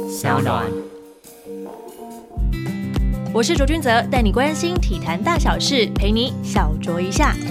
小暖。 我是卓君泽，带你关心体坛大小事，陪你小酌一下。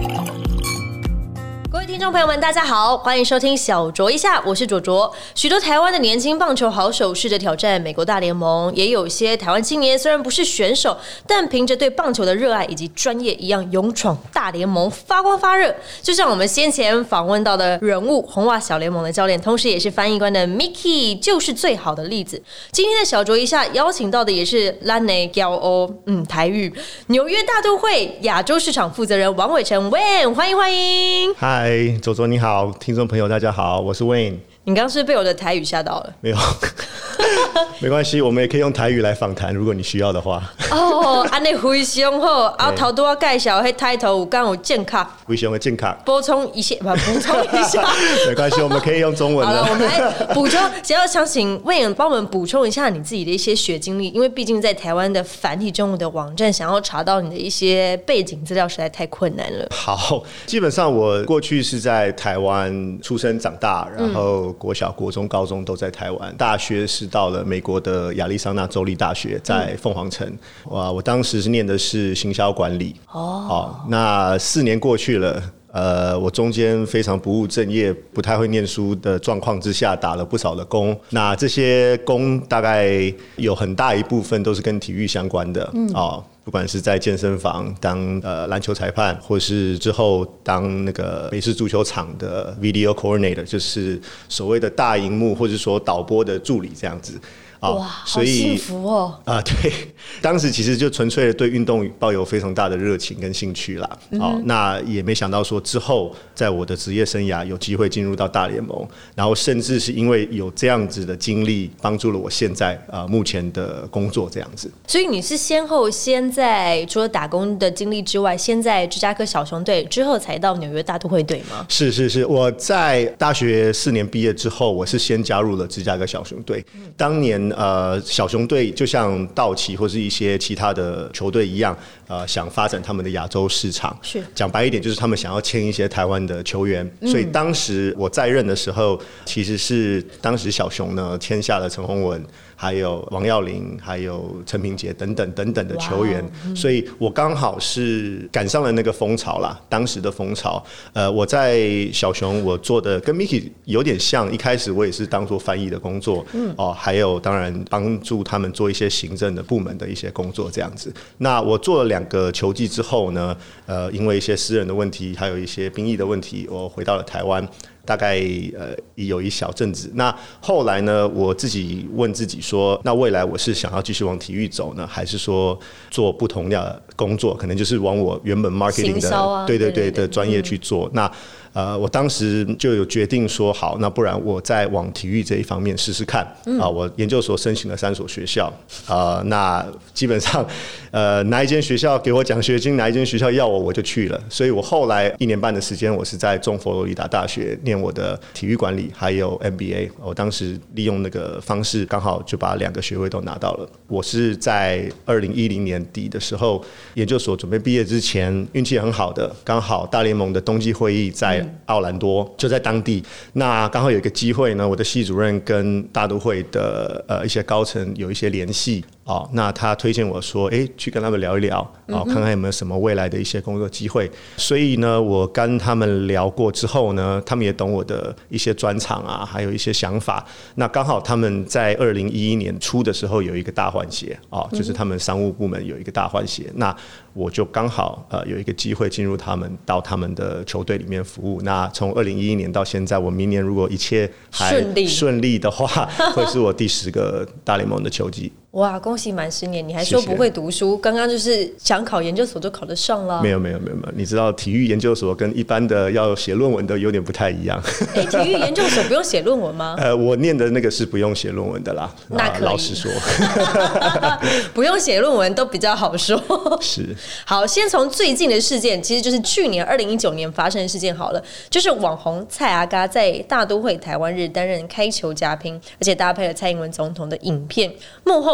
各位听众朋友们，大家好，欢迎收听小酌一下，我是卓卓。许多台湾的年轻棒球好手试着挑战美国大联盟，也有些台湾青年虽然不是选手，但凭着对棒球的热爱以及专业一样勇闯大联盟，发光发热。就像我们先前访问到的人物，红袜小联盟的教练，同时也是翻译官的 Mickey， 就是最好的例子。今天的小酌一下邀请到的也是咱的骄傲，台语纽约大都会亚洲市场负责人王伟成 Wayne， 欢迎欢迎。 嗨，左左你好，听众朋友大家好，我是 Wayne。 你刚刚是被我的台语吓到了？ 没有，没关系，我们也可以用台语来访谈，如果你需要的话。 哦，安尼非常好。啊，头拄仔介绍迄抬头有刚有健卡， 非常的健康。 补充一下， 没关系，我们可以用中文的。 好了，我们来补充，想请Wayne帮我们补充一下你自己的一些学经历，因为毕竟在台湾的繁体中文的网站，想要查到你的一些背景资料实在太困难了。 好，基本上我过去是在台湾出生长大，然后国小、国中、高中都在台湾，大学是到了美国的亚利桑那州立大学，在凤凰城。我当时是念的是行销管理。那4年过去了。我中间非常不务正业、不太会念书的状况之下，打了不少的工。那这些工大概有很大一部分都是跟体育相关的。不管是在健身房当篮球裁判，或是之后当那个美式足球场的 video coordinator， 就是所谓的大荧幕或者说导播的助理这样子。 哇，好幸福哦！ 对，当时其实就纯粹的对运动抱有非常大的热情跟兴趣啦。那也没想到说之后在我的职业生涯有机会进入到大联盟，然后甚至是因为有这样子的经历，帮助了我现在目前的工作这样子。 所以你是先在除了打工的经历之外，先在芝加哥小熊队，之后才到纽约大都会队吗？ 是，我在大学4年毕业之后，我是先加入了芝加哥小熊队。当年小熊队就像道奇或是一些其他的球队一样，想发展他们的亚洲市场。是讲白一点，就是他们想要签一些台湾的球员。所以当时我在任的时候，其实是当时小熊呢签下了陈宏文，还有王耀霖，还有陈平杰等等的球员。所以我刚好是赶上了那个风潮啦，当时的风潮。我在小熊我做的跟 Mickey 有点像，一开始我也是当做翻译的工作。还有当然帮助他们做一些行政的部门的一些工作这样子。那我做了2个球季之后呢，因为一些私人的问题，还有一些兵役的问题，我回到了台湾。大概有一小阵子。那后来呢，我自己问自己说，那未来我是想要继续往体育走呢，还是说做不同的工作？可能就是往我原本 marketing 的对的专业去做。那我当时就有决定说，好，那不然我再往体育这一方面试试看。我研究所申请了3所学校。那基本上哪一间学校给我奖学金，哪一间学校要我就去了。所以我后来1年半的时间，我是在中佛罗里达大学念我的体育管理还有 MBA。我当时利用那个方式，刚好就把2个学位都拿到了。我是在2010年底的时候，研究所准备毕业之前，运气很好的，刚好大联盟的冬季会议在奥兰多，就在当地。那刚好有一个机会呢，我的系主任跟大都会的一些高层有一些联系。那他推荐我说，去跟他们聊一聊，看看有没有什么未来的一些工作机会。所以呢，我跟他们聊过之后呢，他们也懂我的一些专长啊，还有一些想法。那刚好他们在2011年初的时候有一个大换血，就是他们商务部门有一个大换血。那我就刚好有一个机会进入到他们的球队里面服务。那从2011年到现在，我明年如果一切还顺利的话，会是我第10个大联盟的球季。 哇，恭喜满10年！你还说不会读书，刚刚就是想考研究所就考得上了。 没有，你知道体育研究所跟一般的要写论文的有点不太一样。 体育研究所不用写论文吗？ 我念的那个是不用写论文的啦。 那可以， 老实说， 不用写论文都比较好说。 是。 好，先从最近的事件，其实就是去年2019年发生的事件好了，就是网红蔡阿嘎在大都会台湾日担任开球嘉宾，而且搭配了蔡英文总统的影片，幕后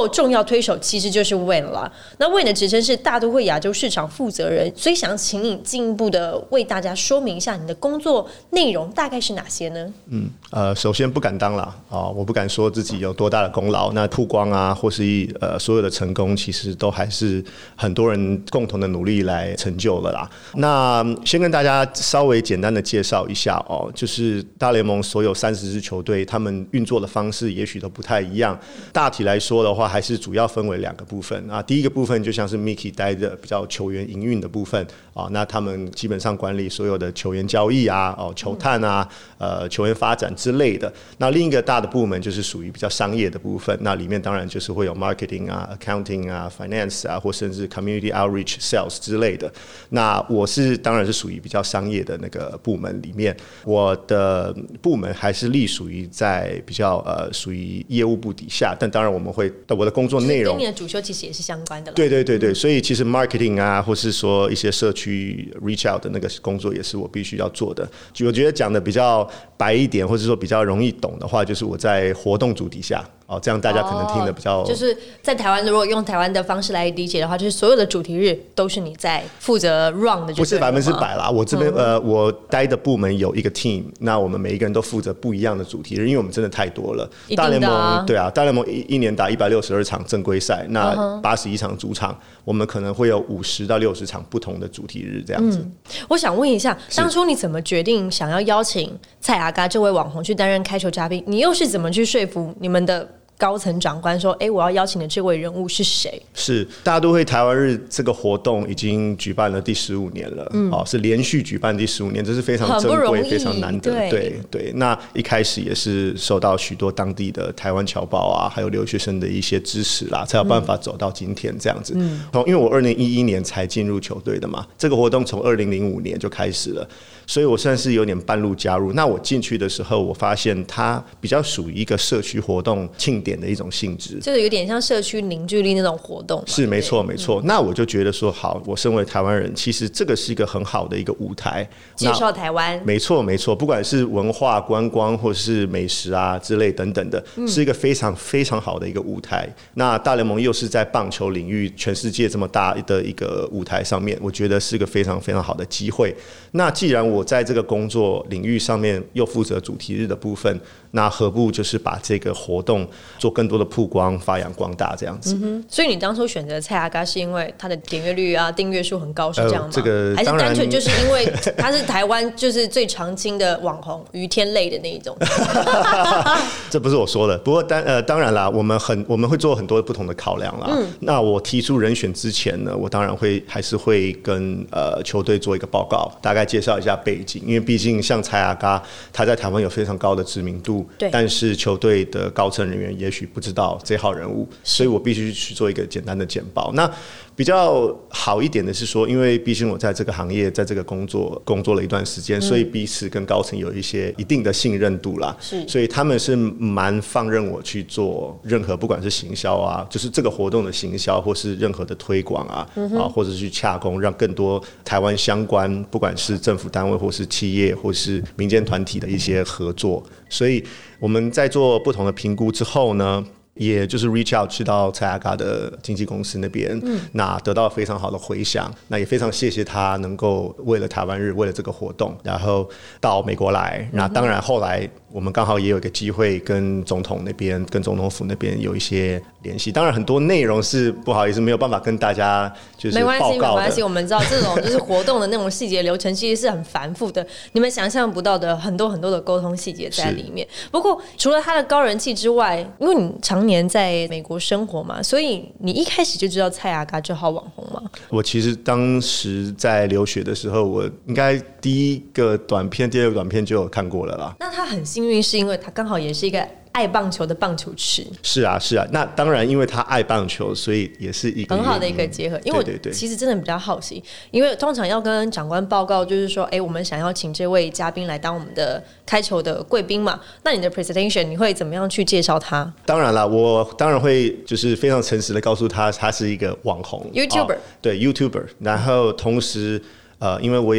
后重要推手其实就是 Wayne 了。那 Wayne 的职称是大都会亚洲市场负责人，所以想请你进一步的为大家说明一下你的工作内容大概是哪些呢？ 首先不敢当啦，我不敢说自己有多大的功劳。那曝光啊，或是所有的成功，其实都还是很多人共同的努力来成就了啦。那先跟大家稍微简单的介绍一下就是大联盟所有30支球队，他们运作的方式也许都不太一样。大体来说的话，还是主要分为2个部分啊。第一个部分就像是 Mickey 待的比较球员营运的部分啊，那他们基本上管理所有的球员交易啊、球探啊、球员发展之类的。那另一个大的部门就是属于比较商业的部分，那里面当然就是会有 marketing 啊、accounting 啊、finance 啊，或甚至 community outreach sales 之类的。那我当然是属于比较商业的那个部门里面，我的部门还是隶属于在比较属于业务部底下，但当然我的工作内容跟你的主修其实也是相关的啦。 对，所以其实 marketing 啊，或是说一些社区 reach out 的那个工作，也是我必须要做的。我觉得讲的比较白一点，或者说比较容易懂的话，就是我在活动组底下。这样大家可能听得比较就是在台湾，如果用台湾的方式来理解的话，就是所有的主题日都是你在负责 run 的， 不是100%啦。我这边我待的部门有一个 team， 那我们每一个人都负责不一样的主题日，因为我们真的太多了。大联盟对啊，大联盟一年打162场正规赛，那81场主场，我们可能会有50到60场不同的主题日这样子。 我想问一下，当初你怎么决定想要邀请蔡阿嘎这位网红去担任开球嘉宾？你又是怎么去说服你们的高层长官说我要邀请的这位人物是谁？是大都会台湾日这个活动已经举办了第15年了，是连续举办第15年，这是非常珍贵非常难得。对，那一开始也是受到许多当地的台湾侨胞啊还有留学生的一些支持啦，才有办法走到今天这样子。因为我2011年才进入球队的嘛，这个活动从2005年就开始了，所以我算是有点半路加入。那我进去的时候，我发现它比较属于一个社区活动庆典的一种性质， 就是有点像社区凝聚力那种活动。 是没错没错。那我就觉得说，好，我身为台湾人，其实这个是一个很好的一个舞台， 介绍台湾。 没错没错，不管是文化观光或是美食啊之类等等的，是一个非常非常好的一个舞台。那大联盟又是在棒球领域全世界这么大的一个舞台上面，我觉得是一个非常非常好的机会。那既然我在这个工作领域上面又负责主题日的部分，那何不就是把这个活动做更多的曝光、发扬光大这样子。 所以你当初选择蔡阿嘎是因为他的点阅率啊、订阅数很高，是这样吗？ 这个还是单纯就是因为他是台湾就是最常青的网红，于天类的那一种？ 这不是我说的，不过当然啦，我们会做很多不同的考量啦。那我提出人选之前呢，我当然还是会跟球队做一个报告，大概介绍一下背景，因为毕竟像蔡阿嘎，他在台湾有非常高的知名度，但是球队的高层人员也许不知道这号人物，所以我必须去做一个简单的简报。那比较好一点的是说，因为毕竟我在这个行业，在这个工作了一段时间，所以彼此跟高层有一些一定的信任度啦。所以他们是蛮放任我去做任何不管是行销啊，就是这个活动的行销，或是任何的推广啊，或者是去洽公，让更多台湾相关不管是政府单位或是企业或是民间团体的一些合作。所以我们在做不同的评估之后呢，也就是 reach out 去到蔡阿嘎的经纪公司那边，那得到非常好的回响。那也非常谢谢他能够为了台湾日，为了这个活动，然后到美国来。那当然后来我们刚好也有一个机会跟总统那边、跟总统府那边有一些联系。当然很多内容是不好意思没有办法跟大家就是报告的。 没关系，我们知道这种就是活动的那种细节流程其实是很繁复的，你们想象不到的很多很多的沟通细节在里面。不过除了他的高人气之外，因为你常年在美国生活嘛，所以你一开始就知道蔡阿嘎这号网红吗？ 我其实当时在留学的时候，我应该第一个短片、第二个短片就有看过了啦。 那他很幸运，是因为他刚好也是一个爱棒球的棒球痴。 是啊，那当然，因为他爱棒球，所以也是一个很好的一个结合。因为我其实真的比较好奇，因为通常要跟长官报告，就是说，我们想要请这位嘉宾来当我们的开球的贵宾嘛。那你的 presentation 你会怎么样去介绍他？ 当然了，我当然会就是非常诚实的告诉他，他是一个网红 YouTuber， 对 YouTuber， 然后同时因为我也有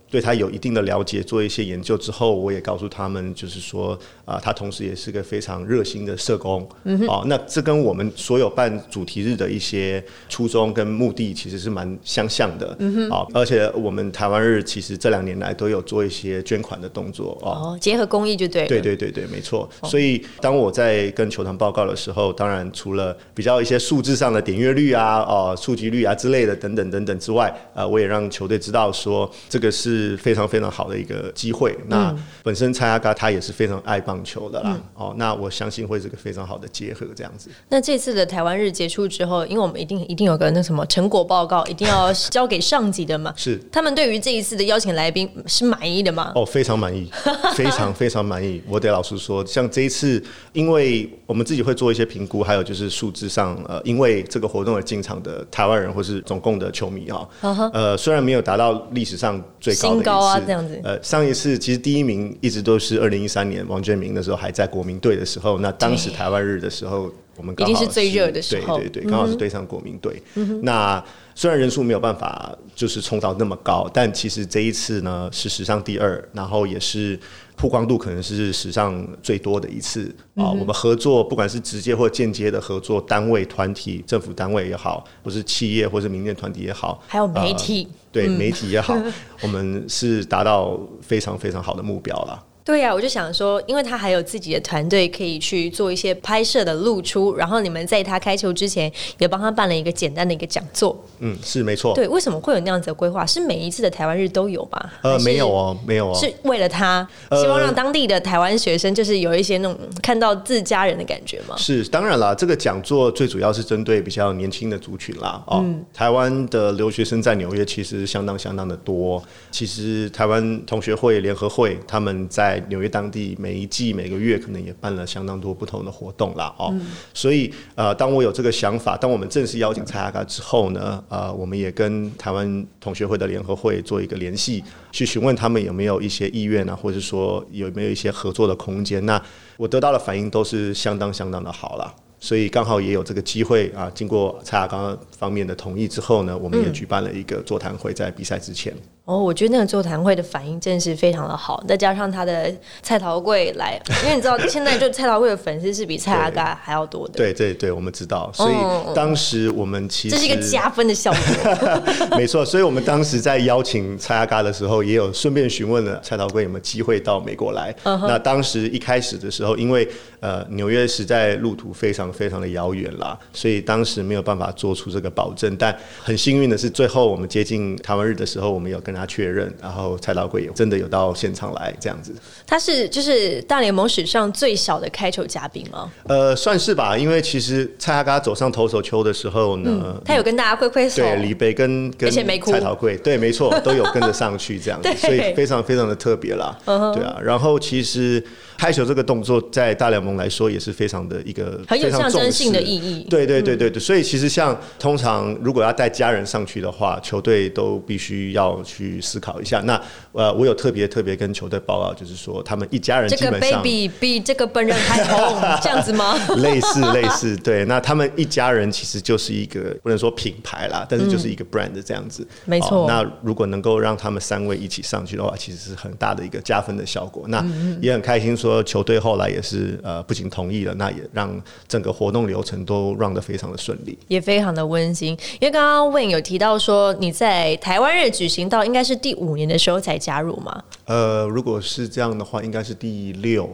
对他有一定的了解，做一些研究之后，我也告诉他们，就是说他同时也是个非常热心的社工。那这跟我们所有办主题日的一些初衷跟目的其实是蛮相像的。而且我们台湾日其实这2年来都有做一些捐款的动作。 结合公益就对了。 对，没错。所以当我在跟球团报告的时候，当然除了比较一些数字上的点阅率啊、触及率啊之类的等等之外，我也让球队知道说这个是非常非常好的一个机会。那本身蔡阿嘎他也是非常爱棒球的啦。那我相信会是个非常好的结合这样子。 那这次的台湾日结束之后，因为我们一定有个那什么成果报告，一定要交给上级的嘛。 是。 他们对于这一次的邀请来宾是满意的吗？ 非常满意，非常非常满意。我得老实说，像这一次，因为我们自己会做一些评估，还有就是数字上，因为这个活动而进场的台湾人或是总共的球迷虽然没有达到历史上最高的一次新高啊，这样子。 上一次其实第1名一直都是2013年王建民那时候还在国民队的时候，那当时台湾日的时候，我们刚好一定是最热的时候， 对，刚好是对上国民队。那虽然人数没有办法就是冲到那么高，但其实这一次呢是史上第2，然后也是曝光度可能是史上最多的一次。我们合作不管是直接或间接的合作单位、团体、政府单位也好，或是企业或是民间团体也好， 还有媒体， 对媒体也好，我们是达到非常非常好的目标啦。 对啊，我就想说，因为他还有自己的团队可以去做一些拍摄的露出，然后你们在他开球之前也帮他办了一个简单的一个讲座。 是没错。 对，为什么会有那样子的规划？是每一次的台湾日都有吗？ 没有哦， 是为了他，希望让当地的台湾学生就是有一些那种看到自家人的感觉吗？ 是，当然啦，这个讲座最主要是针对比较年轻的族群啦。台湾的留学生在纽约其实相当的多。其实台湾同学会联合会他们在纽约当地每一季每个月可能也办了相当多不同的活动啦。所以当我有这个想法，当我们正式邀请蔡阿嘎之后呢，我们也跟台湾同学会的联合会做一个联系，去询问他们有没有一些意愿啊，或者说有没有一些合作的空间。那我得到的反应都是相当的好啦。所以刚好也有这个机会经过蔡阿嘎方面的同意之后呢，我们也举办了一个座谈会，在比赛之前。 我觉得那个座谈会的反应真的是非常的好，再加上他的蔡桃贵来，因为你知道现在就蔡桃贵的粉丝是比蔡阿嘎还要多的。 对，我们知道，所以当时我们其实这是一个加分的效果。 没错，所以我们当时在邀请蔡阿嘎的时候，也有顺便询问了蔡桃贵有没有机会到美国来。那当时一开始的时候，因为纽约实在路途非常的遥远啦，所以当时没有办法做出这个保证。但很幸运的是，最后我们接近台湾日的时候，我们有跟他确认，然后蔡老贵真的有到现场来这样子。 他是就是大联盟史上最小的开球嘉宾吗？ 算是吧，因为其实蔡阿嘎走上投手丘的时时候呢， 他有跟大家挥手， 对，李贝跟蔡桃贵，对，没错，都有跟着上去这样子，所以非常的特别啦。对啊，然后其实开球这个动作在大联盟来说也是非常的一个很有象征性的意义。 对，所以其实像通常如果要带家人上去的话，球队都必须要去思考一下。那我有特别跟球队报告，就是说他们一家人基本上这个 baby 比这个本人还红，这样子吗？ 类似，对。那他们一家人其实就是一个不能说品牌啦，但是就是一个 brand 这样子。 没错。 那如果能够让他们3位一起上去的话，其实是很大的一个加分的效果。那也很开心说球队后来也是不仅同意了，那也让整个活动流程都让得非常的顺利，也非常的温馨。因为刚刚 Wayne 有提到说你在台湾日举行到应该是第5年的时候才加入吗？ 如果是这样的话，应该是第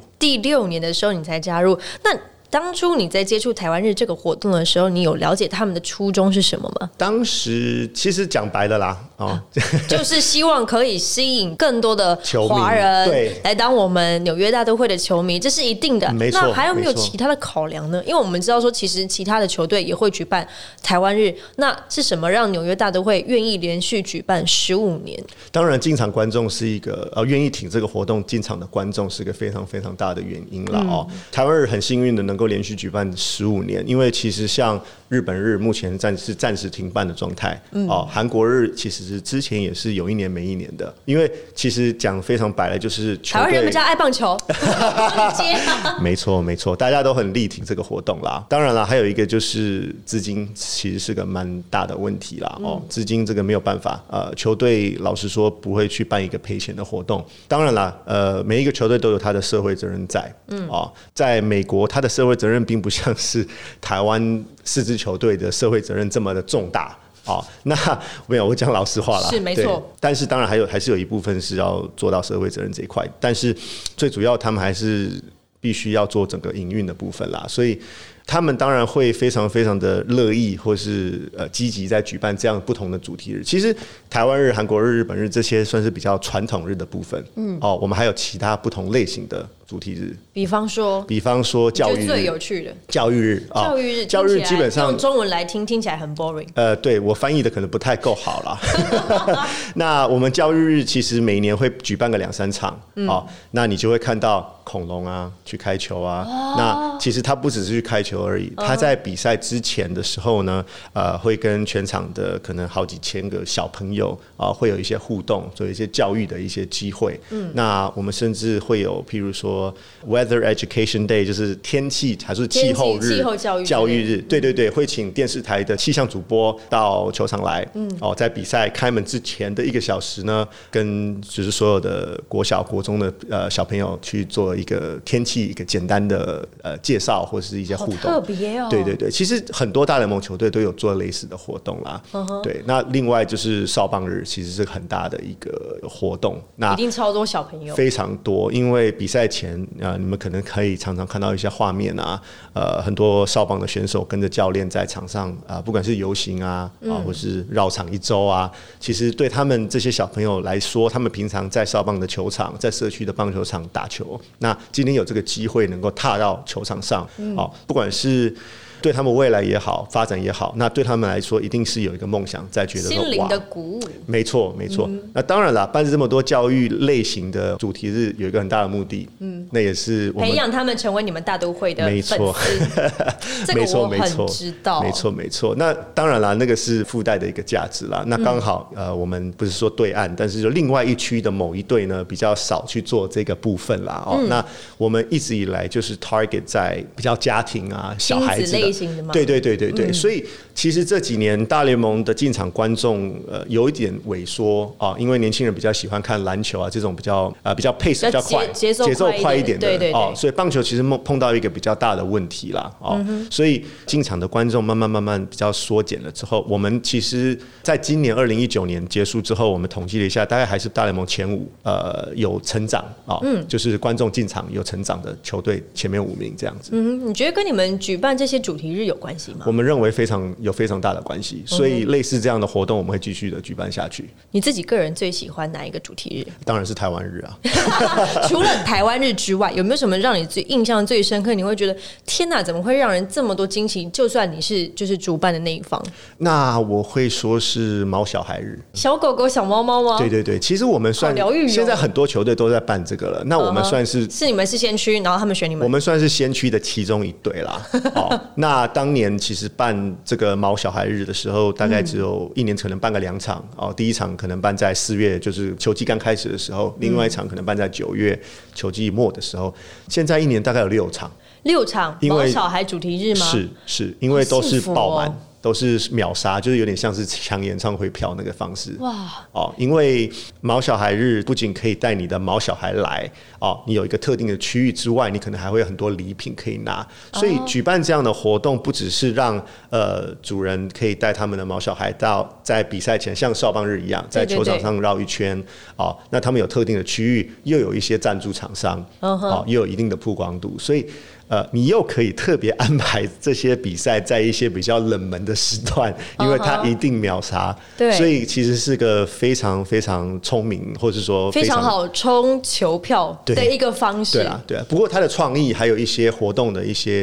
6 年的时候你才加入。那当初你在接触台湾日这个活动的时候，你有了解他们的初衷是什么吗？ 当时其实讲白了啦， 就是希望可以吸引更多的华人来当我们纽约大都会的球迷，这是一定的。 没错。 那还有没有其他的考量呢？因为我们知道说，其实其他的球队也会举办台湾日，那是什么让纽约大都会愿意连续举办15年？ 当然，进场观众是一个愿意挺这个活动进场的观众是个非常大的原因啦。台湾日很幸运的能够够连续举办15年，因为其实像日本日目前暂时停办的状态，韩国日其实之前也是有一年没一年的，因为其实讲非常白了，就是台湾人比较爱棒球， 没错没错，大家都很力挺这个活动啦。当然了，还有一个就是资金其实是个蛮大的问题啦。资金这个没有办法，球队老实说不会去办一个赔钱的活动。当然啦，每一个球队都有他的社会责任在，在美国他的社会责任并不像是台湾4支球队的社会责任这么的重大。那没有，我讲老实话啦， 是没错。 但是当然还是有一部分是要做到社会责任这一块，但是最主要他们还是必须要做整个营运的部分啦，所以他们当然会非常非常的乐意或是积极在举办这样不同的主题日。其实台湾日、韩国日、日本日这些算是比较传统日的部分，我们还有其他不同类型的主题日，比方说教育日， 最有趣的教育日，教育日基本上用中文来听起来很 boring。 对，我翻译的可能不太够好啦。那我们教育日其实每年会举办个2-3场，那你就会看到恐龙啊去开球啊。那其实它不只是去开球而已，他在比赛之前的时候呢，会跟全场的可能好几千个小朋友会有一些互动，做一些教育的一些机会。那我们甚至会有，譬如说 Weather Education Day， 就是天气还是气候日、 气候教育日。 对对对，会请电视台的气象主播到球场来，在比赛开门之前的1个小时呢，跟就是所有的国小、国中的小朋友去做一个天气一个简单的介绍。或是一些互动， 好特别哦。 对对对，其实很多大联盟球队都有做类似的活动啦。对，那另外就是少棒日，其实是很大的一个活动。那一定超多小朋友， 非常多。因为比赛前你们可能可以常常看到一些画面啊，很多少棒的选手跟着教练在场上不管是游行啊，或是绕场1周啊，其实对他们这些小朋友来说，他们平常在少棒的球场，在社区的棒球场打球，那今天有这个机会能够踏到球场上。不管是对他们未来也好，发展也好，那对他们来说一定是有一个梦想，在觉得心灵的鼓舞。 没错没错。那当然啦，办这么多教育类型的主题日，有一个很大的目的，那也是我们培养他们成为你们大都会的粉丝。这个我很知道。 没错没错。那当然啦，那个是附带的一个价值啦。那刚好我们不是说对岸，但是就另外一区的某一队呢，比较少去做这个部分啦。那我们一直以来就是 target 在比较家庭啊、小孩子的。对对对对对，所以其实这几年大联盟的进场观众有一点萎缩因为年轻人比较喜欢看篮球啊这种比较 pace 比较快、节奏快一点的， 对对对所以棒球其实碰到一个比较大的问题啦所以进场的观众慢慢比较缩减了之后，我们其实在今年2019年结束之后，我们统计了一下，大概还是大联盟前5有成长就是观众进场有成长的球队前面5名这样子。 你觉得跟你们举办这些主题日有关系吗？ 我们认为有非常大的关系，所以类似这样的活动我们会继续的举办下去。 你自己个人最喜欢哪一个主题日？ 当然是台湾日啊。 除了台湾日之外，有没有什么让你印象最深刻？你会觉得天哪，怎么会让人这么多惊喜？就算你是就是主办的那一方，那我会说是毛小孩日， 小狗狗、小猫猫吗？ 对对对，其实我们算疗愈，现在很多球队都在办这个了。那我们算是你们是先驱，然后他们选你们， 我们算是先驱的其中一队啦。那当年其实办这个毛小孩日的时候，大概只有1年可能办个2场第一场可能办在4月，就是球季刚开始的时候，另外一场可能办在9月球季末的时候。现在1年大概有6场毛小孩主题日吗？ 是因为都是爆满都是秒杀，就是有点像是抢演唱会票那个方式。因为毛小孩日不仅可以带你的毛小孩来你有一个特定的区域之外，你可能还会有很多礼品可以拿。所以举办这样的活动，不只是让主人可以带他们的毛小孩到在比赛前像少棒日一样，在球场上绕一圈那他们有特定的区域，又有一些赞助厂商又有一定的曝光度，所以你又可以特别安排这些比赛在一些比较冷门的时段，因为它一定秒杀，所以其实是个非常非常聪明，或者说非常好冲球票的一个方式。 对啊，不过它的创意还有一些活动的一些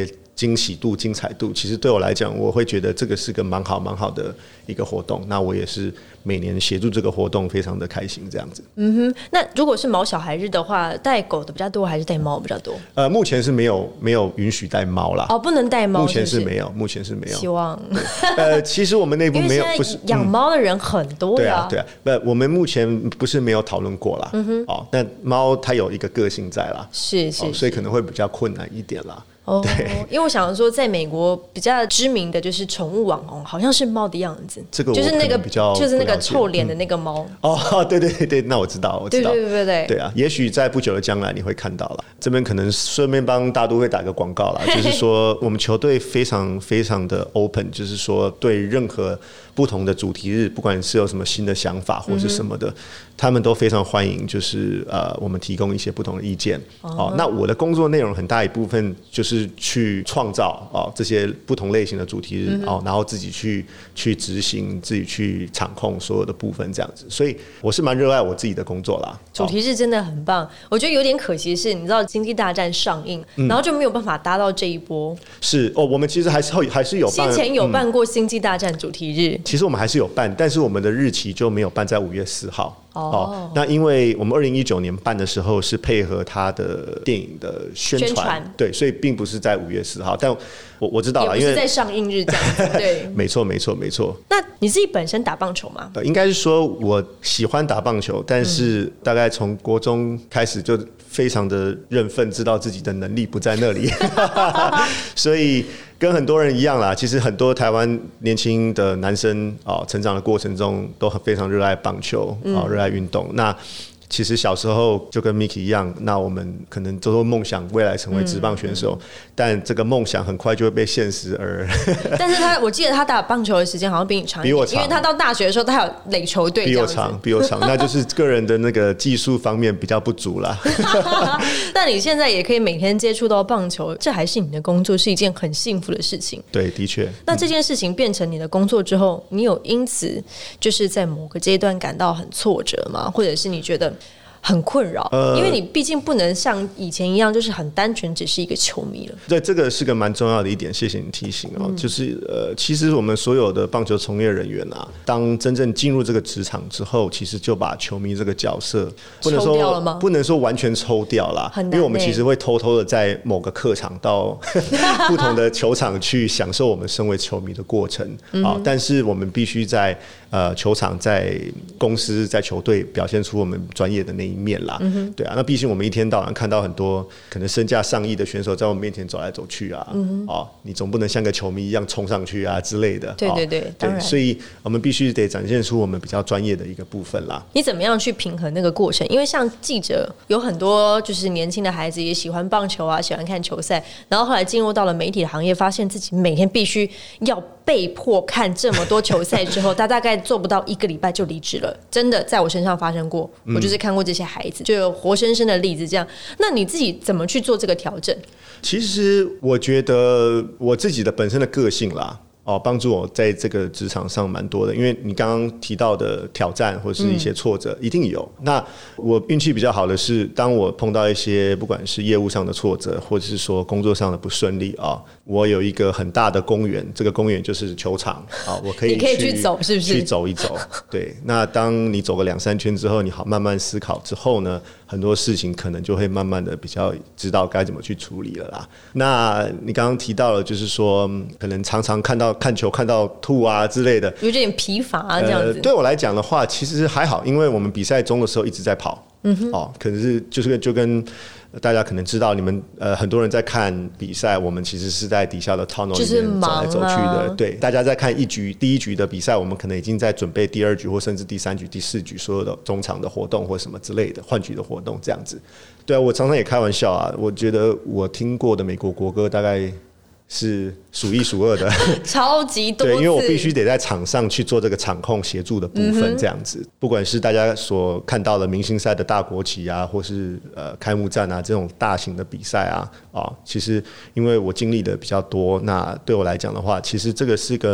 惊喜度、精彩度，其实对我来讲，我会觉得这个是个蛮好的一个活动。那我也是每年协助这个活动，非常的开心这样子。 那如果是毛小孩日的话，带狗的比较多还是带猫比较多？ 目前是没有允许带猫啦。 不能带猫。 目前是没有，目前是没有。 希望。 其实我们内部没有，不是养猫的人很多呀。 对啊，我们目前不是没有讨论过啦。但猫它有一个个性在啦， 是， 所以可能会比较困难一点啦。对， 因为我想说，在美国比较知名的就是宠物网红，好像是猫的样子， 这个就是那个比较就是那个臭脸的那个猫。 对，那我知道。对啊，也许在不久的将来你会看到了。这边可能顺便帮大都会打个广告啦，就是说我们球队非常的 open， 就是说对任何不同的主题日，不管是有什么新的想法或是什么的，他们都非常欢迎，就是我们提供一些不同的意见。那我的工作内容很大一部分就是去创造这些不同类型的主题日，然后自己去执行，自己去掌控所有的部分这样子。所以我是蛮热爱我自己的工作啦。 主题日真的很棒，我觉得有点可惜的是，你知道《星际大战》上映，然后就没有办法搭到这一波。 是我们其实还是有办， 先前有办过《星际大战》主题日。 其实我们还是有办，但是我们的日期就没有办在5月4号。那因为我们2019年办的时候是配合他的电影的宣传，对，所以并不是在5月4号。但我知道了，因为在上映日这样子，对， 没错。 那你自己本身打棒球吗？ 应该是说我喜欢打棒球，但是大概从国中开始就非常的认份，知道自己的能力不在那里，所以跟很多人一样啦。其实很多台湾年轻的男生成长的过程中都非常热爱棒球，热爱运动。那其实小时候就跟 Miki 一样，那我们可能都会梦想未来成为职棒选手，但这个梦想很快就会被现实而但是我记得他打棒球的时间好像比你长一点， 比我长， 因为他到大学的时候他有垒球队， 比我长，那就是个人的那个技术方面比较不足啦。 但你现在也可以每天接触到棒球，这还是你的工作，是一件很幸福的事情。 对，的确。 那这件事情变成你的工作之后，你有因此就是在某个阶段感到很挫折吗？或者是你觉得很困扰，因为你毕竟不能像以前一样，就是很单纯只是一个球迷了。 对，这个是个蛮重要的一点，谢谢你提醒就是其实我们所有的棒球从业人员啊，当真正进入这个职场之后，其实就把球迷这个角色抽掉了吗？ 不能说完全抽掉啦，因为我们其实会偷偷的在某个客场到不同的球场去享受我们身为球迷的过程但是我们必须在球场、在公司、在球队表现出我们专业的那一面啦。对啊，那毕竟我们一天到晚看到很多可能身价上亿的选手在我们面前走来走去啊，你总不能像个球迷一样冲上去啊之类的。 对，当然。 所以我们必须得展现出我们比较专业的一个部分啦。 你怎么样去平衡那个过程？因为像记者有很多就是年轻的孩子也喜欢棒球啊，喜欢看球赛，然后后来进入到了媒体的行业，发现自己每天必须要被迫看这么多球赛之后，他大概做不到1个礼拜就离职了。真的在我身上发生过，我就是看过这些孩子，就有活生生的例子这样。那你自己怎么去做这个调整？ 其实我觉得我自己的本身的个性啦，帮助我在这个职场上蛮多的。因为你刚刚提到的挑战或是一些挫折一定有。那我运气比较好的是，当我碰到一些不管是业务上的挫折，或者是说工作上的不顺利我有一个很大的公园，这个公园就是球场我可以你可以去走，是不是？ 去走一走。对，那当你走个2-3圈之后，你好慢慢思考之后呢，很多事情可能就会慢慢的比较知道该怎么去处理了啦。那你刚刚提到了，就是说可能常常看球看到吐啊之类的， 有点疲乏这样子。 对我来讲的话，其实还好，因为我们比赛中的时候一直在跑。可是就跟大家可能知道，你们很多人在看比赛，我们其实是在底下的 tunnel 里面走来走去的。对，大家在看第一局的比赛，我们可能已经在准备第2局或甚至第3局、第4局所有的中场的活动或什么之类的换局的活动这样子。对啊，我常常也开玩笑啊，我觉得我听过的美国国歌大概是数1数2的， 超级多次。 对，因为我必须得在场上去做这个场控协助的部分，这样子。不管是大家所看到的明星赛的大国旗啊，或是开幕战啊这种大型的比赛啊，其实因为我经历的比较多，那对我来讲的话，其实这个是个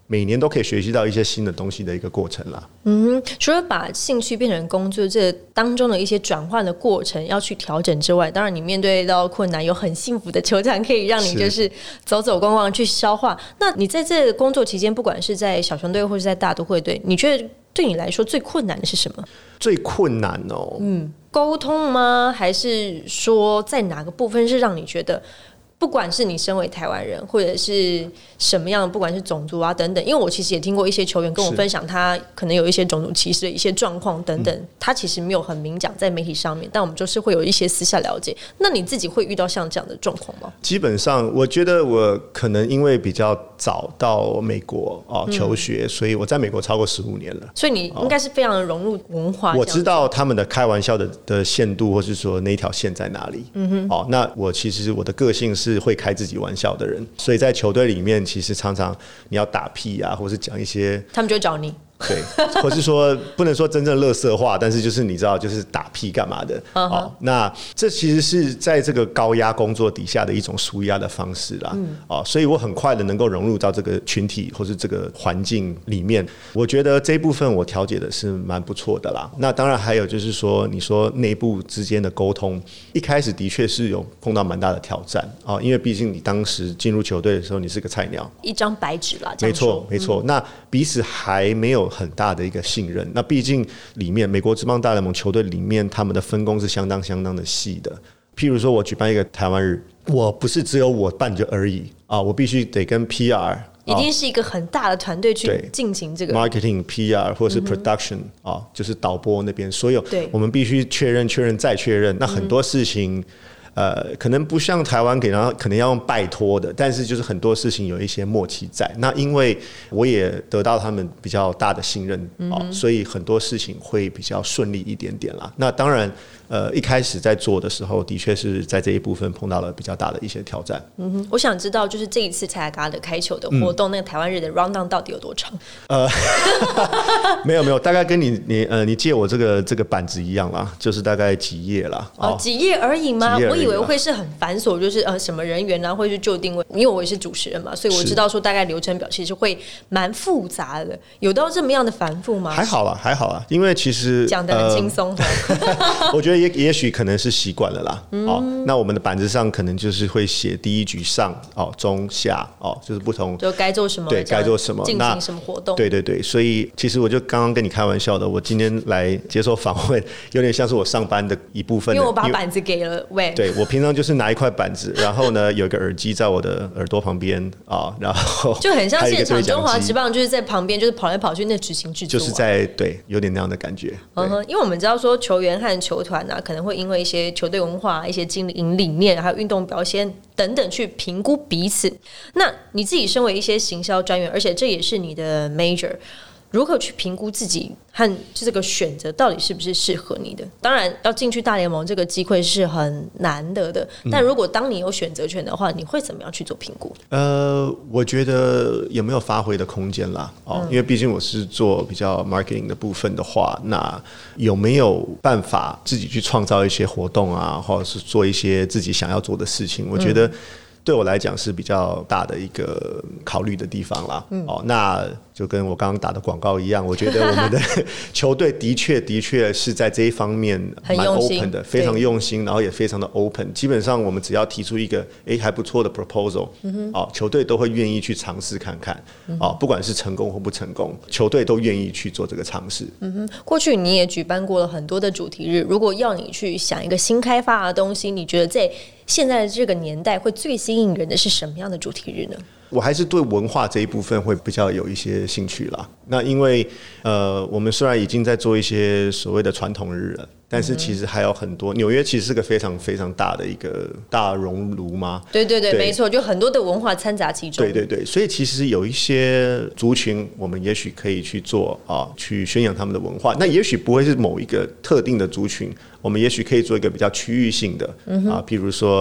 每年都可以学习到一些新的东西的一个过程啦。 除了把兴趣变成工作，这当中的一些转换的过程要去调整之外，当然你面对到困难，有很幸福的球场可以让你就是走走逛逛去消化。那你在这个工作期间，不管是在小熊队或是在大都会队，你觉得对你来说最困难的是什么？ 最困难哦， 沟通吗？还是说在哪个部分是让你觉得？不管是你身为台湾人，或者是什么样的，不管是种族啊等等，因为我其实也听过一些球员跟我分享，他可能有一些种族歧视的一些状况等等，他其实没有很明讲在媒体上面，但我们就是会有一些私下了解。那你自己会遇到像这样的状况吗？ 基本上，我觉得我可能因为比较早到美国求学，所以我在美国超过15年了， 所以你应该是非常的融入文化。 我知道他们的开玩笑的限度，或是说那一条线在哪里。那我其实我的个性是会开自己玩笑的人，所以在球队里面，其实常常你要打屁啊，或是讲一些， 他们就会找你。 对，或是说不能说真正垃圾话，但是就是你知道，就是打屁干嘛的。那这其实是在这个高压工作底下的一种抒压的方式啦。所以我很快的能够融入到这个群体或是这个环境里面。我觉得这一部分我调节的是蛮不错的啦。那当然还有就是说，你说内部之间的沟通，一开始的确是有碰到蛮大的挑战啊，因为毕竟你当时进入球队的时候，你是个菜鸟， 一张白纸啦。 没错，没错。那彼此还没有很大的一个信任。那毕竟里面美国职棒大联盟球队里面，他们的分工是相当的细的。譬如说，我举办一个台湾日，我不是只有我办着而已啊，我必须得跟 PR。 一定是一个很大的团队去进行这个 marketing、PR 或是 production 就是导播那边，所有我们必须确认、再确认。那很多事情。可能不像台湾然后可能要用拜托的，但是就是很多事情有一些默契在。那因为我也得到他们比较大的信任所以很多事情会比较顺利一点点啦。那当然，一开始在做的时候，的确是在这一部分碰到了比较大的一些挑战。 我想知道，就是这一次蔡阿嘎的开球的活动，那个台湾日的 rundown 到底有多长？ 没有，大概跟你借我这个板子一样啦，就是大概几页啦。 几页而已吗？我以为会是很繁琐，就是什么人员啊，会去就定位。因为我也是主持人嘛，所以我知道说大概流程表其实会蛮复杂的。有到这么样的繁复吗？还好啦， 因为其实讲得很轻松。 我觉得也许可能是习惯了啦。那我们的板子上可能就是会写第一局上中下就是不同， 就该做什么， 对，该做什么， 进行什么活动。 对，所以其实我就刚刚跟你开玩笑的，我今天来接受访问，有点像是我上班的一部分。 因为我把板子给了喂。 对，我平常就是拿一块板子，然后呢有一个耳机在我的耳朵旁边然后就很像现场中华职棒就是在旁边就是跑来跑去那执行制作， 就是在对有点那样的感觉。 因为我们知道说球员和球团可能会因为一些球队文化、一些经营理念，还有运动表现等等去评估彼此。那你自己身为一些行销专员，而且这也是你的 major。如何去评估自己和这个选择到底是不是适合你的？当然，要进去大联盟这个机会是很难得的。但如果当你有选择权的话，你会怎么样去做评估？ 我觉得有没有发挥的空间啦？因为毕竟我是做比较 marketing 的部分的话，那有没有办法自己去创造一些活动啊，或者是做一些自己想要做的事情？我觉得。对我来讲是比较大的一个考虑的地方啦。那就跟我刚刚打的广告一样，我觉得我们的球队的确是在这一方面蛮 open 的，非常用心，然后也非常的 open。基本上我们只要提出一个还不错的 proposal，球队都会愿意去尝试看看。不管是成功或不成功，球队都愿意去做这个尝试。 过去你也举办过了很多的主题日，如果要你去想一个新开发的东西，你觉得在现在的这个年代会最吸引人的是什么样的主题日呢？ 我还是对文化这一部分会比较有一些兴趣啦。那因为我们虽然已经在做一些所谓的传统日了，但是其实还有很多。纽约其实是个非常非常大的一个大熔炉嘛。 对，没错，就很多的文化掺杂其中。 对，所以其实有一些族群，我们也许可以去做去宣扬他们的文化。那也许不会是某一个特定的族群，我们也许可以做一个比较区域性的比如说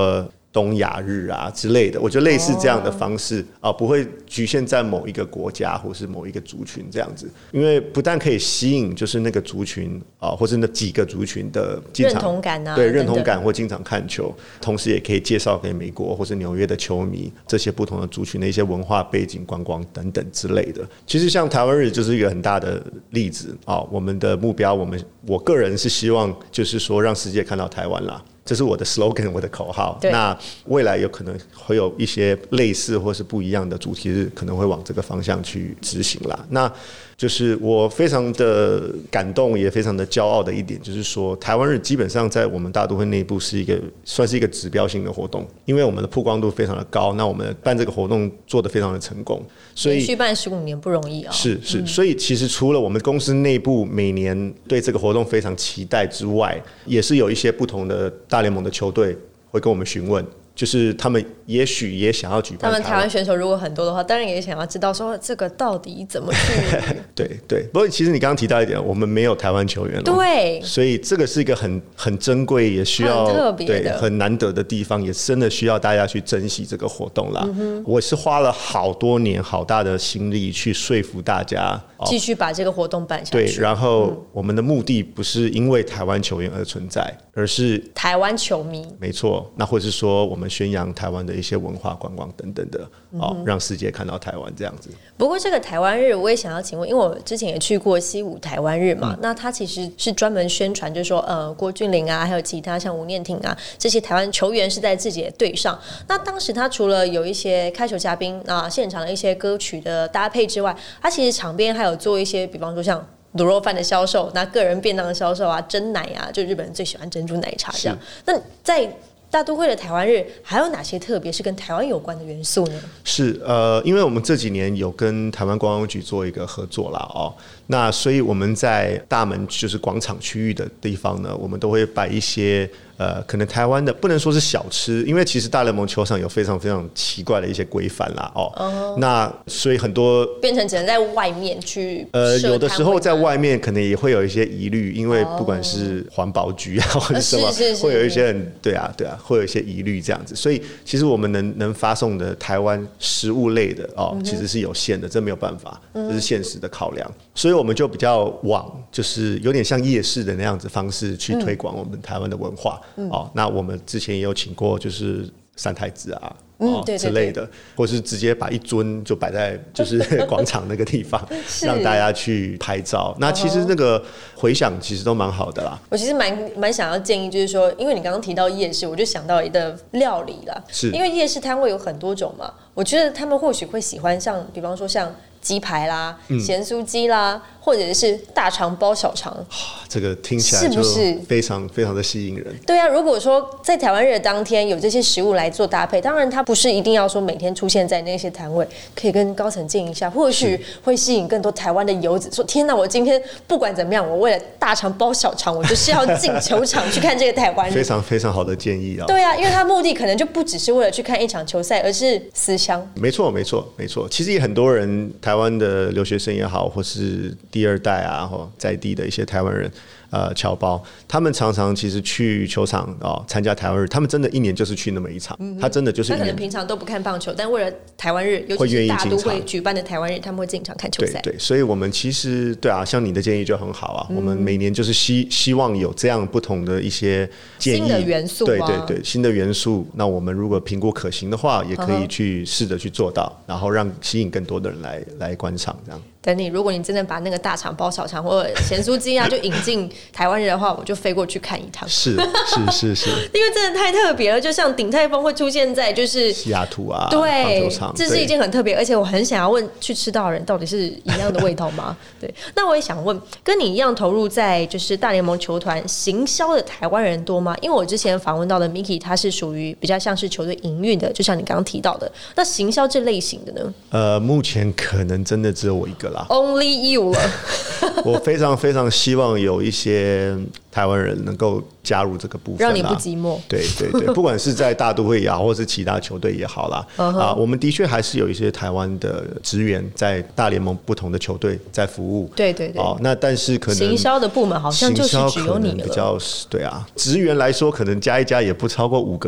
东亚日啊之类的，我觉得类似这样的方式不会局限在某一个国家或是某一个族群这样子，因为不但可以吸引就是那个族群或是那几个族群的进场认同感啊， 对认同感或进场看球，同时也可以介绍给美国或是纽约的球迷这些不同的族群的一些文化背景、观光等等之类的。其实像台湾日就是一个很大的例子我们的目标，我个人是希望就是说让世界看到台湾啦。这是我的 slogan， 我的口号。那未来有可能会有一些类似或是不一样的主题日，可能会往这个方向去执行啦。那就是我非常的感动，也非常的骄傲的一点，就是说台湾日基本上在我们大都会内部算是一个指标性的活动，因为我们的曝光度非常的高，那我们办这个活动做得非常的成功，所以连续办15年不容易是，所以其实除了我们公司内部每年对这个活动非常期待之外，也是有一些不同的大联盟的球队会跟我们询问。就是他们也许也想要举办， 他们台湾选手如果很多的话，当然也想要知道说这个到底怎么去对，不过其实你刚刚提到一点，我们没有台湾球员对， 所以这个是一个很珍贵，也需要很特别的对很难得的地方，也真的需要大家去珍惜这个活动啦。我是花了好多年好大的心力去说服大家继续把这个活动办下去。 对，然后我们的目的不是因为台湾球员而存在，而是台湾球迷。 没错，那或是说我们宣扬台湾的一些文化观光等等的让世界看到台湾这样子。 不过这个台湾日我也想要请问，因为我之前也去过西武台湾日嘛，那它其实是专门宣传就是说郭俊麟啊还有其他像吴念庭啊这些台湾球员是在自己的队上，那当时他除了有一些开球嘉宾现场的一些歌曲的搭配之外，他其实场边还有做一些比方说像卤肉饭的销售，那个人便当的销售啊，珍奶啊，就日本人最喜欢珍珠奶茶这样。那在大都会的台湾日还有哪些特别是跟台湾有关的元素呢？ 是因为我们这几年有跟台湾观光局做一个合作啦那所以我们在大门就是广场区域的地方呢，我们都会摆一些可能台湾的不能说是小吃，因为其实大联盟球场有非常非常奇怪的一些规范啦那所以很多变成只能在外面去有的时候在外面可能也会有一些疑虑，因为不管是环保局或者什么会有一些人对啊会有一些疑虑这样子，所以其实我们能发送的台湾食物类的其实是有限的，这没有办法，这是现实的考量，所以我们就比较往就是有点像夜市的那样子方式去推广我们台湾的文化那我们之前也有请过就是三太子啊对之类的，或是直接把一尊就摆在就是广场那个地方让大家去拍照，那其实那个回响其实都蛮好的啦。 我其实蛮想要建议就是说，因为你刚刚提到夜市，我就想到一个料理啦， 是因为夜市摊位有很多种嘛，我觉得他们或许会喜欢像比方说像鸡排啦、咸酥鸡啦，或者是大肠包小肠， 这个听起来就是非常非常的吸引人。 对啊，如果说在台湾日的当天有这些食物来做搭配，当然它不是一定要说每天出现在那些摊位，可以跟高层建议一下，或许会吸引更多台湾的游子说：天哪，我今天不管怎么样，我为了大肠包小肠，我就是要进球场去看这个台湾日。 非常非常好的建议对啊，因为他目的可能就不只是为了去看一场球赛，而是思乡。 没错。其实也很多人，台湾的留学生也好，或是第二代在地的一些台湾人。侨胞，他们常常其实去球场参加台湾日，他们真的一年就是去那么一场，他真的就是一年。 他可能平常都不看棒球，但为了台湾日，尤其是大都会举办的台湾日，他们会进场看球赛。 对，所以我们其实像你的建议就很好我们每年就是希望有这样不同的一些建议、 新的元素对，新的元素。那我们如果评估可行的话，也可以去试着去做到，然后让吸引更多的人来观赏这样。 等你，如果你真的把那个大肠包小肠或者咸酥鸡就引进台湾人的话，我就飞过去看一趟。是，因为真的太特别了，就像鼎泰丰会出现在就是西雅图对， 棒球场， 这是一件很特别，而且我很想要问，去吃到的人到底是一样的味道吗？对，那我也想问，跟你一样投入在就是大联盟球团行销的台湾人多吗？因为我之前访问到的 Miki， 他是属于比较像是球队营运的，就像你刚刚提到的，那行销这类型的呢？ 目前可能真的只有我一个啦。 Only you 了。 我非常非常希望有一些台湾人能够加入这个部分， 让你不寂寞。 对，不管是在大都会也好，或是其他球队也好啦，我们的确还是有一些台湾的职员在大联盟不同的球队在服务。 对， 那但是可能行销的部门好像就是只有你了。 比较职员来说，可能加一加也不超过5个啦。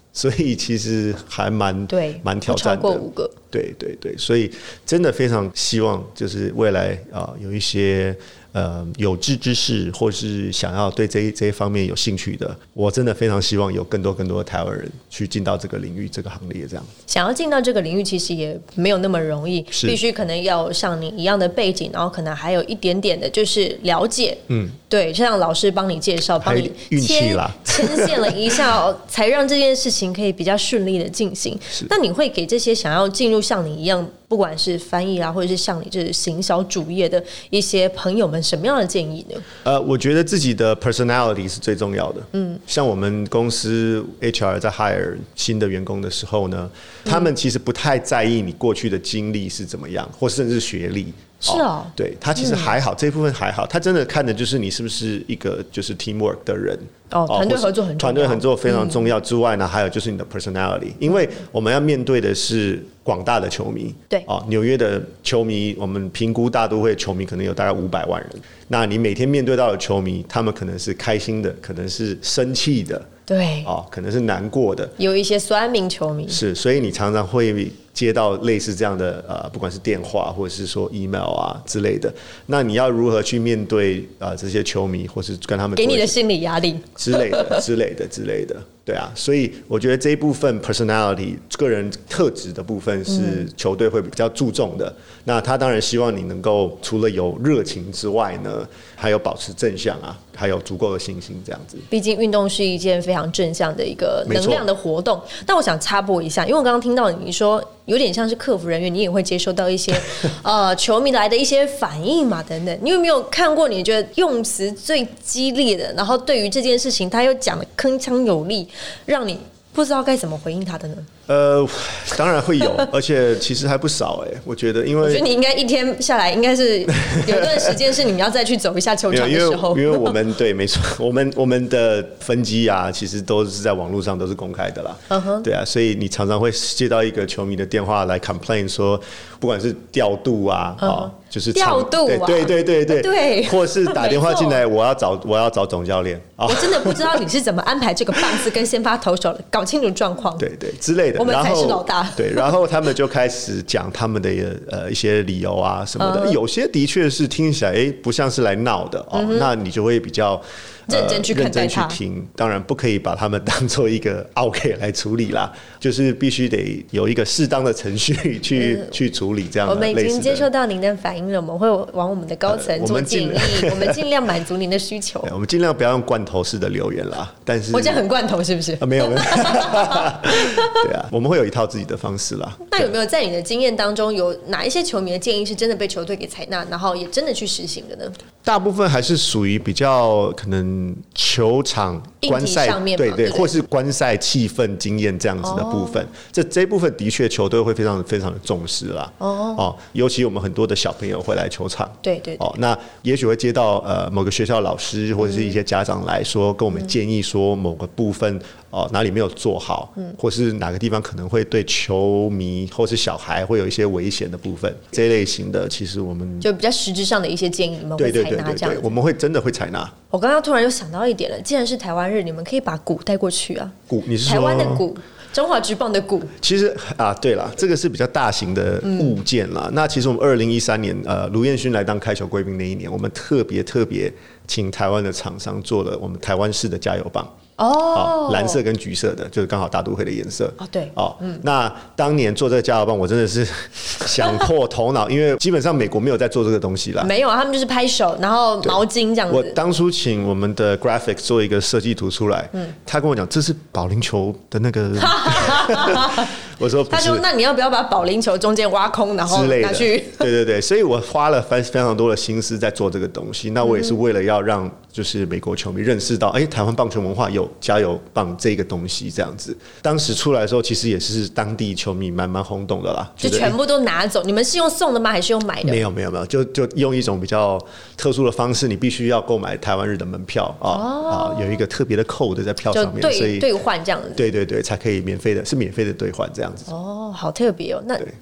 所以其实还蛮挑战的， 不超过5个。 对对对，所以真的非常希望就是未来有一些有志之士，或是想要对这一方面有兴趣的，我真的非常希望有更多的台湾人去进到这个领域、这个行列。这样想要进到这个领域，其实也没有那么容易，必须可能要像你一样的背景，然后可能还有一点点的就是了解。对，就像老师帮你介绍，帮你运气啦， 牵线了一下，才让这件事情可以比较顺利的进行。那你会给这些想要进入像你一样，不管是翻译啦，或者是像你这是行销主业的一些朋友们，什么样的建议呢？ 我觉得自己的 personality 是最重要的。像我们公司 HR 在 hire 新的员工的时候呢，他们其实不太在意你过去的经历是怎么样，或甚至学历。 是哦， 对，他其实还好，这一部分还好，他真的看的就是你是不是一个就是 teamwork 的人。 团队合作很重要， 团队合作非常重要之外呢，还有就是你的 personality， 因为我们要面对的是广大的球迷。 对， 纽约的球迷，我们评估大都会球迷可能有大概500万人。那你每天面对到的球迷，他们可能是开心的，可能是生气的， 对， 可能是难过的， 有一些酸民球迷是，所以你常常会接到类似这样的不管是电话或者是说 email 啊之类的。那你要如何去面对这些球迷，或是跟他们给你的心理压力之类的，对啊，所以我觉得这一部分 personality 个人特质的部分是球队会比较注重的。那他当然希望你能够除了有热情之外呢，还有保持正向啊，还有足够的信心这样子。 毕竟运动是一件非常正向的一个能量的活动。但我想插播一下，因为我刚刚听到你说有点像是客服人员，你也会接收到一些球迷来的一些反应嘛等等。你有没有看过你觉得用词最激烈的，然后对于这件事情他又讲的铿锵有力，让你不知道该怎么回应他的呢？ 当然会有，而且其实还不少我觉得，因为我觉得你应该一天下来应该是有一段时间是你们要再去走一下球场的时候， 因为我们对，没错，我们的分机啊，其实都是在网络上都是公开的啦。对啊，所以你常常会接到一个球迷的电话来 complain 说，不管是调度啊，就是调度啊， 对，或是打电话进来，我要找总教练。 我真的不知道你是怎么安排这个棒次跟先发投手的，搞清楚状况。 对之类的。 我们才是老大。 对，然后他们就开始讲他们的一些理由啊什么的，有些的确是听起来不像是来闹的那你就会比较认真去看待他。 听，当然不可以把他们当做一个 OK 来处理啦，就是必须得有一个适当的程序去处理这样的类似的。 我们已经接受到您的反应了，我们会往我们的高层做建议，我们尽量满足您的需求。 我们尽量不要用罐头式的留言啦，但是我这样很罐头是不是？ 没有。对啊，我们会有一套自己的方式啦。 那有没有在你的经验当中，有哪一些球迷的建议是真的被球队给采纳，然后也真的去实行的呢？大部分还是属于比较可能球场观赛对，或是观赛气氛经验这样子的部分。这一部分的确球队会非常非常的重视啦。尤其我们很多的小朋友会来球场。对。那也许会接到某个学校老师或者是一些家长来说，跟我们建议说某个部分哪里没有做好，或是哪个地方可能会对球迷或是小孩会有一些危险的部分，这一类型的，其实我们就比较实质上的一些建议，你们会采纳这样子。 我们会真的会采纳。 我刚刚突然又想到一点了，既然是台湾日，你们可以把鼓带过去啊。 鼓，你是说台湾的鼓？中华职棒的鼓， 其实对了，这个是比较大型的物件啦。那其实我们2013年，卢彦勋来当开球贵宾那一年，我们特别请台湾的厂商做了我们台湾式的加油棒。蓝色跟橘色的，就是刚好大都会的颜色。 对。 那当年做这个加油棒，我真的是想破头脑，因为基本上美国没有在做这个东西啦。 没有，他们就是拍手，然后毛巾这样子。 我当初请我们的 graphics 做一个设计图出来，他跟我讲这是保龄球的那个，我说不是。他说那你要不要把保龄球中间挖空，然后拿去？ 对，所以我花了非常多的心思在做这个东西。那我也是为了要让就是美国球迷认识到，台湾棒球文化有加油棒这个东西，这样子。当时出来的时候，其实也是当地球迷蛮轰动的啦。 就全部都拿走？你们是用送的吗？还是用买的？ 没有，就用一种比较特殊的方式，你必须要购买台湾日的门票有一个特别的 code 在票上面，所以兑换这样子。 对，才可以免费的兑换这样子。 好特别哦。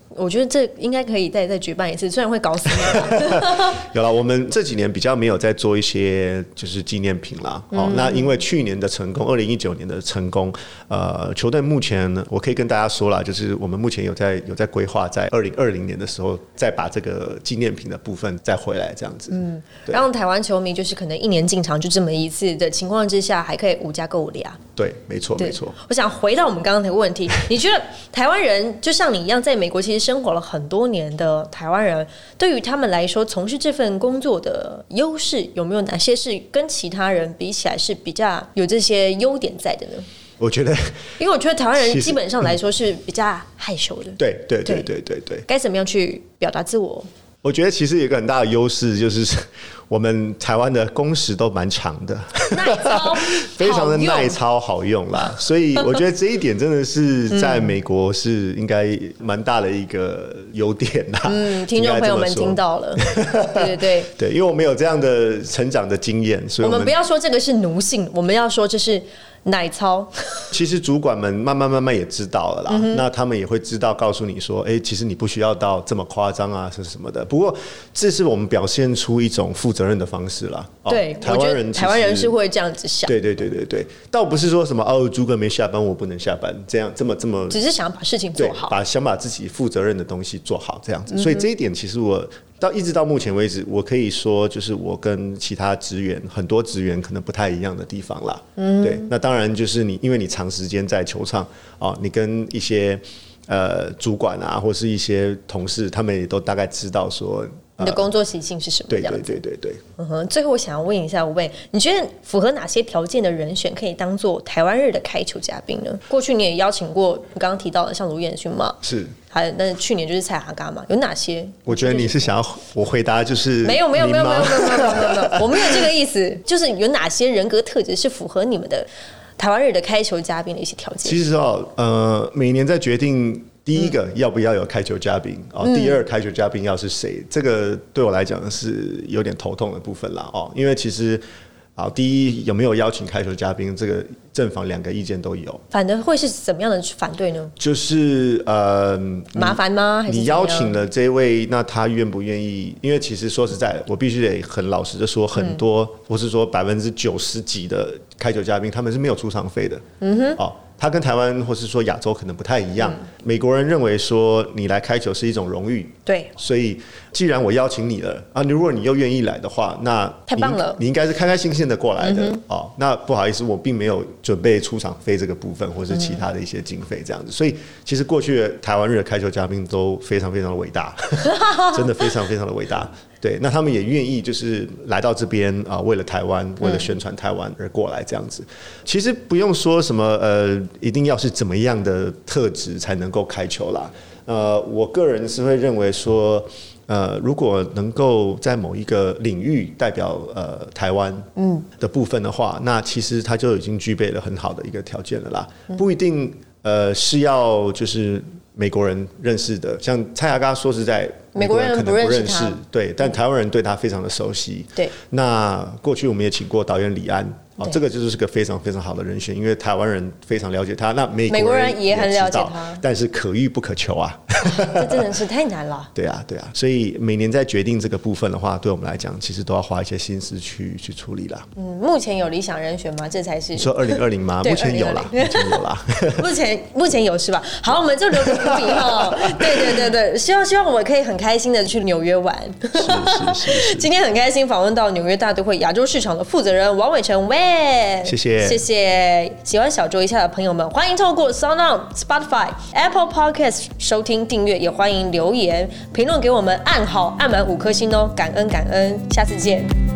我觉得这应该可以再举办一次，虽然会搞死你。 有了，我们这几年比较没有在做一些就是纪念品啦。那因为去年的成功，2019年的成功，球队目前我可以跟大家说啦，就是我们目前有在规划，在2020年的时候再把这个纪念品的部分再回来这样子。 让台湾球迷就是可能一年进场就这么一次的情况之下，还可以无家购物的呀。 对，没错没错。 我想回到我们刚刚的问题，你觉得台湾人就像你一样在美国其实生活了很多年的台湾人，对于他们来说从事这份工作的优势有没有哪些是跟其他人比起来是比较有这些优点在的呢？ 我觉得， 因为我觉得台湾人基本上来说是比较害羞的。 对， 该怎么样去表达自我？ 我觉得其实有一个很大的优势，就是我们台湾的工时都蛮长的， 耐操非常的耐操好用啦，所以我觉得这一点真的是在美国是应该蛮大的一个优点啦。 听众朋友们听到了，对， 因为我们有这样的成长的经验，所以我们不要说这个是奴性，我们要说这是耐操。 其实主管们慢慢也知道了啦，那他们也会知道告诉你说，其实你不需要到这么夸张啊，是什么的。不过这是我们表现出一种负责任的方式啦。 对， 台湾人是会这样子想。 对，倒不是说什么朱哥没下班我不能下班，这样这么， 只是想把事情做好， 想把自己负责任的东西做好这样子。所以这一点其实我一直到目前为止，我可以说就是我跟其他很多职员可能不太一样的地方啦。对，那当然就是因为你长时间在球场你跟一些主管啊，或是一些同事，他们也都大概知道说你的工作习性是什么样子。 对。 最后我想要问一下吴贝，你觉得符合哪些条件的人选可以当做台湾日的开球嘉宾呢？过去你也邀请过你刚刚提到的像卢彦勋嘛， 是， 还有那去年就是蔡哈嘎嘛，有哪些？ 我觉得你是想要我回答就是没有，我没有这个意思，就是有哪些人格特质是符合你们的台湾日的开球嘉宾的一些条件？ 其实每年在决定第一个要不要有开球嘉宾第二开球嘉宾要是谁，这个对我来讲是有点头痛的部分啦因为其实第一有没有邀请开球嘉宾，这个正反两个意见都有。反正会是怎么样的反对呢？ 就是麻烦吗？还是你邀请了这位，那他愿不愿意？因为其实说实在，我必须得很老实的说，很多或是说90%几的开球嘉宾，他们是没有出场费的。他跟台湾或是说亚洲可能不太一样。美国人认为说你来开球是一种荣誉， 对， 所以既然我邀请你了如果你又愿意来的话，那太棒了， 你应该是开开心心的过来的那不好意思，我并没有准备出场费这个部分，或是其他的一些经费这样子。所以其实过去的台湾日的开球嘉宾都非常非常的伟大，真的非常非常的伟大。对，那他们也愿意就是来到这边为了台湾，为了宣传台湾而过来这样子。其实不用说什么一定要是怎么样的特质才能够开球啦。我个人是会认为说，如果能够在某一个领域代表台湾的部分的话，那其实他就已经具备了很好的一个条件了啦。不一定是要就是美国人认识的，像蔡阿嘎说实在，美国人可能不认识，对，但台湾人对他非常的熟悉。 对， 那过去我们也请过导演李安。这个就是个非常非常好的人选，因为台湾人非常了解他，那美国人也很了解他， 但是可遇不可求啊。 这真的是太难了。 对啊，所以每年在决定这个部分的话，对我们来讲，其实都要花一些心思去处理啦。 目前有理想人选吗？这才是你说2020吗？目前有啦， 目前有是吧？好，我们就留个伏笔哈。对，希望我们可以很开心的去纽约玩。 是。 今天很开心访问到纽约大都会亚洲市场的负责人王伟成喂。 谢谢。 喜欢小酌一下的朋友们，欢迎透过 SoundOn、Spotify、Apple Podcast 收听订阅，也欢迎留言评论给我们，按好按满5颗星哦，感恩，下次见。